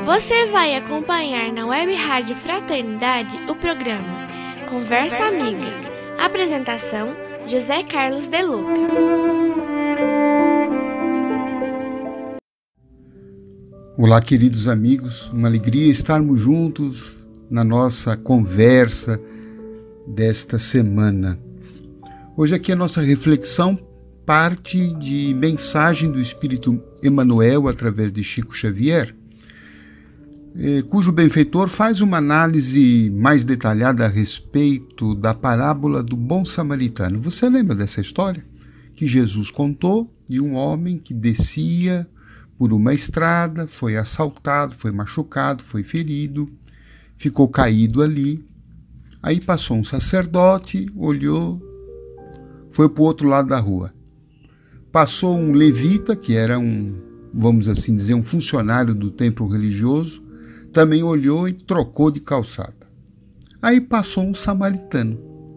Você vai acompanhar na Web Rádio Fraternidade o programa Conversa Amiga. Apresentação: José Carlos de Luca. Olá, queridos amigos, uma alegria estarmos juntos na nossa conversa desta semana. Hoje aqui a nossa reflexão parte de mensagem do Espírito Emmanuel através de Chico Xavier, cujo benfeitor faz uma análise mais detalhada a respeito da parábola do bom samaritano. Você lembra dessa história? Que Jesus contou de um homem que descia por uma estrada, foi assaltado, foi machucado, foi ferido, ficou caído ali. Aí passou um sacerdote, olhou, foi para o outro lado da rua. Passou um levita, que era vamos assim dizer, um funcionário do templo religioso, também olhou e trocou de calçada. Aí passou um samaritano.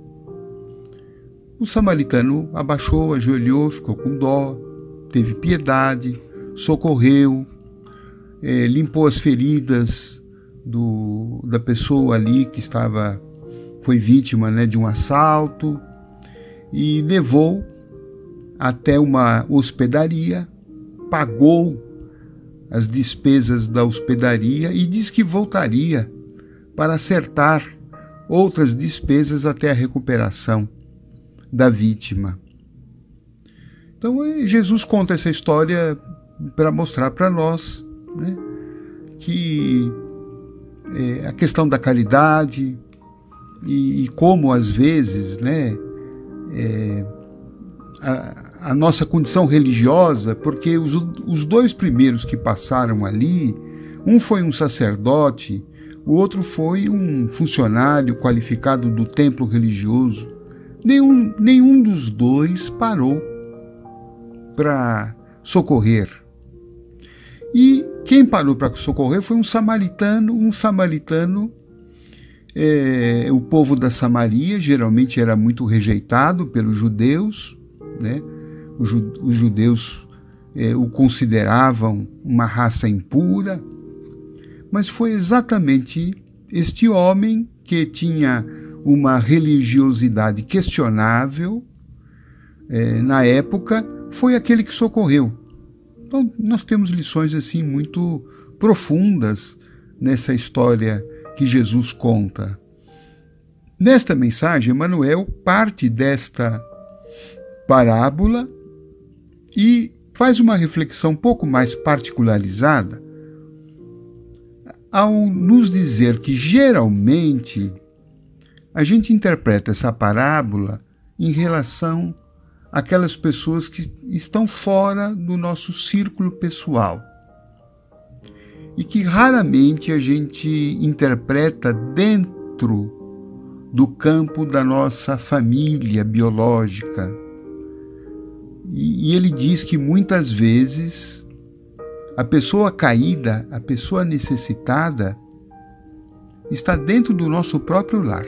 O samaritano abaixou, ajoelhou, ficou com dó, teve piedade, socorreu, limpou as feridas da pessoa ali que foi vítima, de um assalto, e levou até uma hospedaria, pagou as despesas da hospedaria e disse que voltaria para acertar outras despesas até a recuperação da vítima. Então Jesus conta essa história para mostrar para nós, que a questão da caridade e como às vezes a nossa condição religiosa, porque os dois primeiros que passaram ali, um foi um sacerdote, o outro foi um funcionário qualificado do templo religioso. Nenhum dos dois parou para socorrer. E quem parou para socorrer foi um samaritano. O povo da Samaria geralmente era muito rejeitado pelos judeus, Os judeus o consideravam uma raça impura, mas foi exatamente este homem que tinha uma religiosidade questionável na época, foi aquele que socorreu. Então nós temos lições assim muito profundas nessa história que Jesus conta. Nesta mensagem, Emmanuel parte desta parábola e faz uma reflexão um pouco mais particularizada ao nos dizer que geralmente a gente interpreta essa parábola em relação àquelas pessoas que estão fora do nosso círculo pessoal e que raramente a gente interpreta dentro do campo da nossa família biológica. E ele diz que muitas vezes a pessoa caída, a pessoa necessitada, está dentro do nosso próprio lar.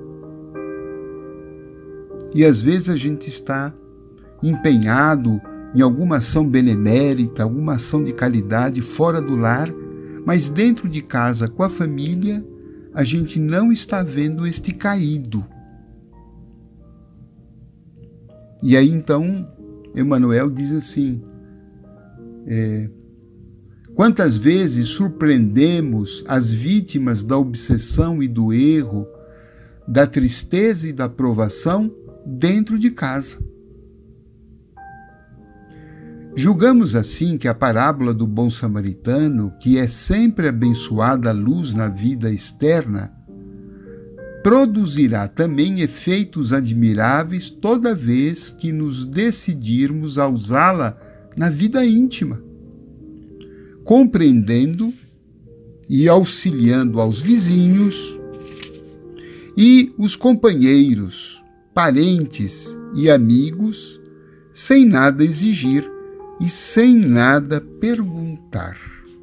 E às vezes a gente está empenhado em alguma ação benemérita, alguma ação de caridade fora do lar, mas dentro de casa, com a família, a gente não está vendo este caído. E aí então Emmanuel diz assim: quantas vezes surpreendemos as vítimas da obsessão e do erro, da tristeza e da provação dentro de casa. Julgamos assim que a parábola do bom samaritano, que é sempre abençoada a luz na vida externa, produzirá também efeitos admiráveis toda vez que nos decidirmos a usá-la na vida íntima, compreendendo e auxiliando aos vizinhos e os companheiros, parentes e amigos, sem nada exigir e sem nada perguntar.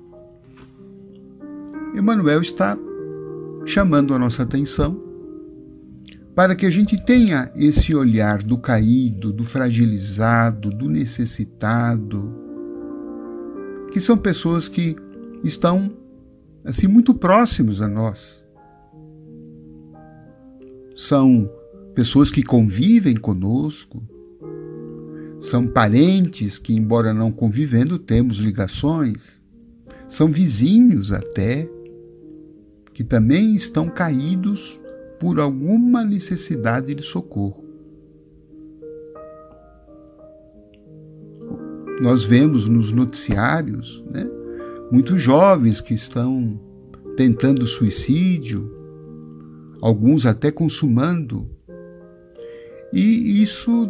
Emmanuel está chamando a nossa atenção para que a gente tenha esse olhar do caído, do fragilizado, do necessitado, que são pessoas que estão assim, muito próximos a nós. São pessoas que convivem conosco, são parentes que, embora não convivendo, temos ligações, são vizinhos até, que também estão caídos por alguma necessidade de socorro. Nós vemos nos noticiários, né, muitos jovens que estão tentando suicídio, alguns até consumando. E isso,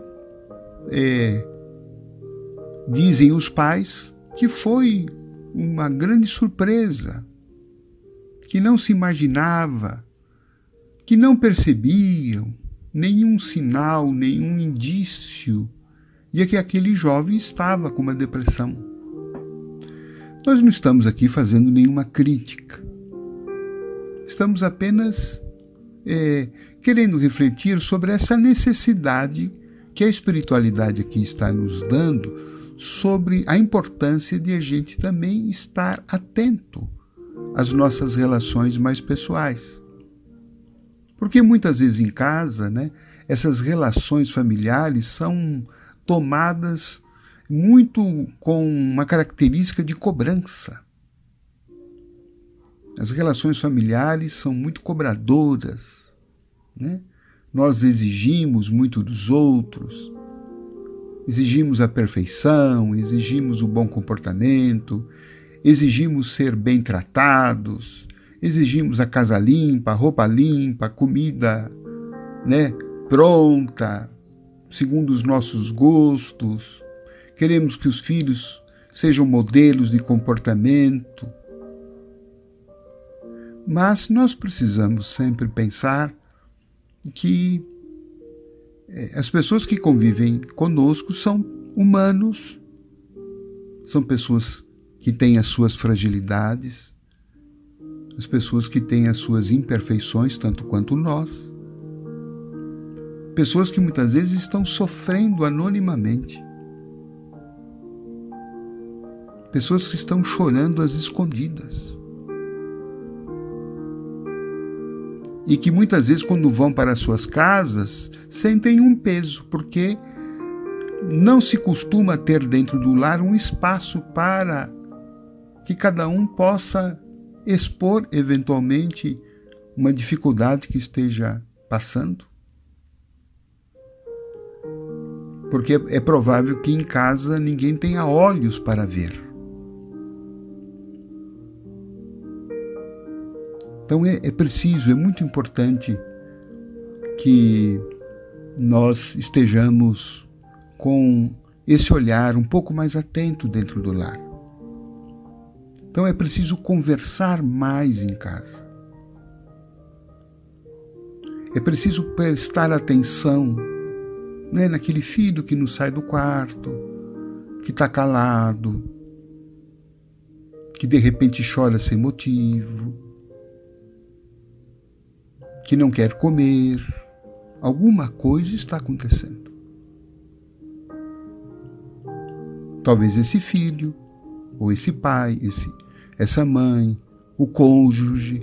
dizem os pais, que foi uma grande surpresa, que não se imaginava, que não percebiam nenhum sinal, nenhum indício de que aquele jovem estava com uma depressão. Nós não estamos aqui fazendo nenhuma crítica. Estamos apenas querendo refletir sobre essa necessidade que a espiritualidade aqui está nos dando, sobre a importância de a gente também estar atento às nossas relações mais pessoais. Porque muitas vezes em casa, né, essas relações familiares são tomadas muito com uma característica de cobrança. As relações familiares são muito cobradoras, né? Nós exigimos muito dos outros, exigimos a perfeição, exigimos o bom comportamento, exigimos ser bem tratados, exigimos a casa limpa, a roupa limpa, a comida, né, pronta, segundo os nossos gostos. Queremos que os filhos sejam modelos de comportamento. Mas nós precisamos sempre pensar que as pessoas que convivem conosco são humanos, são pessoas que têm as suas fragilidades, as pessoas que têm as suas imperfeições, tanto quanto nós, pessoas que muitas vezes estão sofrendo anonimamente, pessoas que estão chorando às escondidas, e que muitas vezes, quando vão para as suas casas, sentem um peso, porque não se costuma ter dentro do lar um espaço para que cada um possa expor, eventualmente, uma dificuldade que esteja passando. Porque é provável que em casa ninguém tenha olhos para ver. Então é preciso, é muito importante que nós estejamos com esse olhar um pouco mais atento dentro do lar. Então é preciso conversar mais em casa. É preciso prestar atenção, né, naquele filho que não sai do quarto, que está calado, que de repente chora sem motivo, que não quer comer. Alguma coisa está acontecendo. Talvez esse filho, ou esse pai, essa mãe, o cônjuge,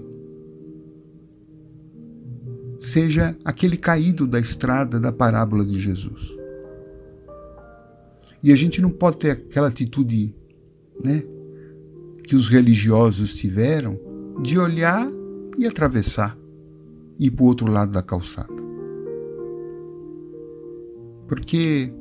seja aquele caído da estrada da parábola de Jesus. E a gente não pode ter aquela atitude, né, que os religiosos tiveram, de olhar e atravessar, e ir para o outro lado da calçada. Porque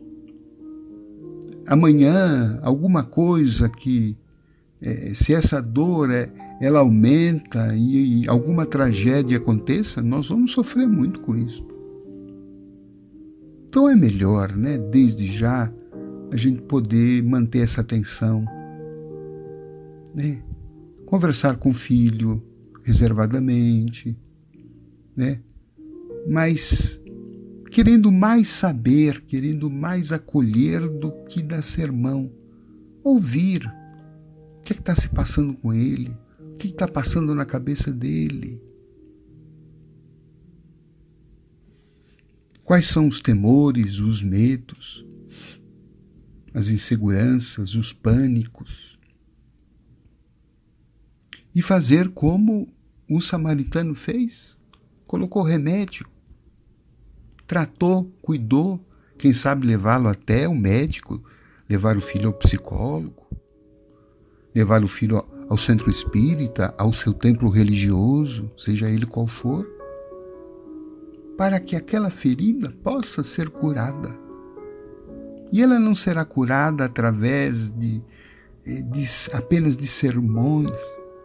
amanhã, alguma coisa que, se essa dor ela aumenta e alguma tragédia aconteça, nós vamos sofrer muito com isso. Então é melhor, né, desde já, a gente poder manter essa atenção, né? Conversar com o filho reservadamente, né? Mas querendo mais saber, querendo mais acolher do que dar sermão. Ouvir o que está se passando com ele, o que está passando na cabeça dele. Quais são os temores, os medos, as inseguranças, os pânicos. e fazer como o samaritano fez. Colocou remédio, tratou, cuidou, quem sabe levá-lo até o médico, levar o filho ao psicólogo, levar o filho ao centro espírita, ao seu templo religioso, seja ele qual for, para que aquela ferida possa ser curada. E ela não será curada através apenas de sermões.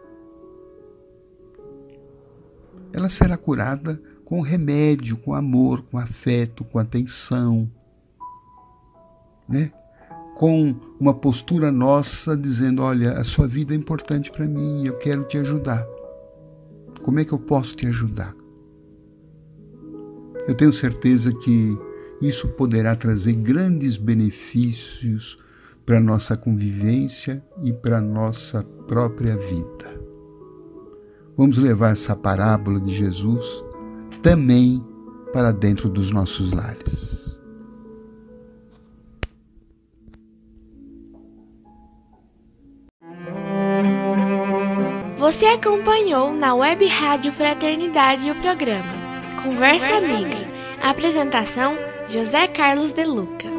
Ela será curada com remédio, com amor, com afeto, com atenção, né? Com uma postura nossa dizendo, olha, a sua vida é importante para mim, eu quero te ajudar. Como é que eu posso te ajudar? Eu tenho certeza que isso poderá trazer grandes benefícios para a nossa convivência e para a nossa própria vida. Vamos levar essa parábola de Jesus também para dentro dos nossos lares. Você acompanhou na Web Rádio Fraternidade o programa Conversa Amiga. Apresentação: José Carlos de Luca.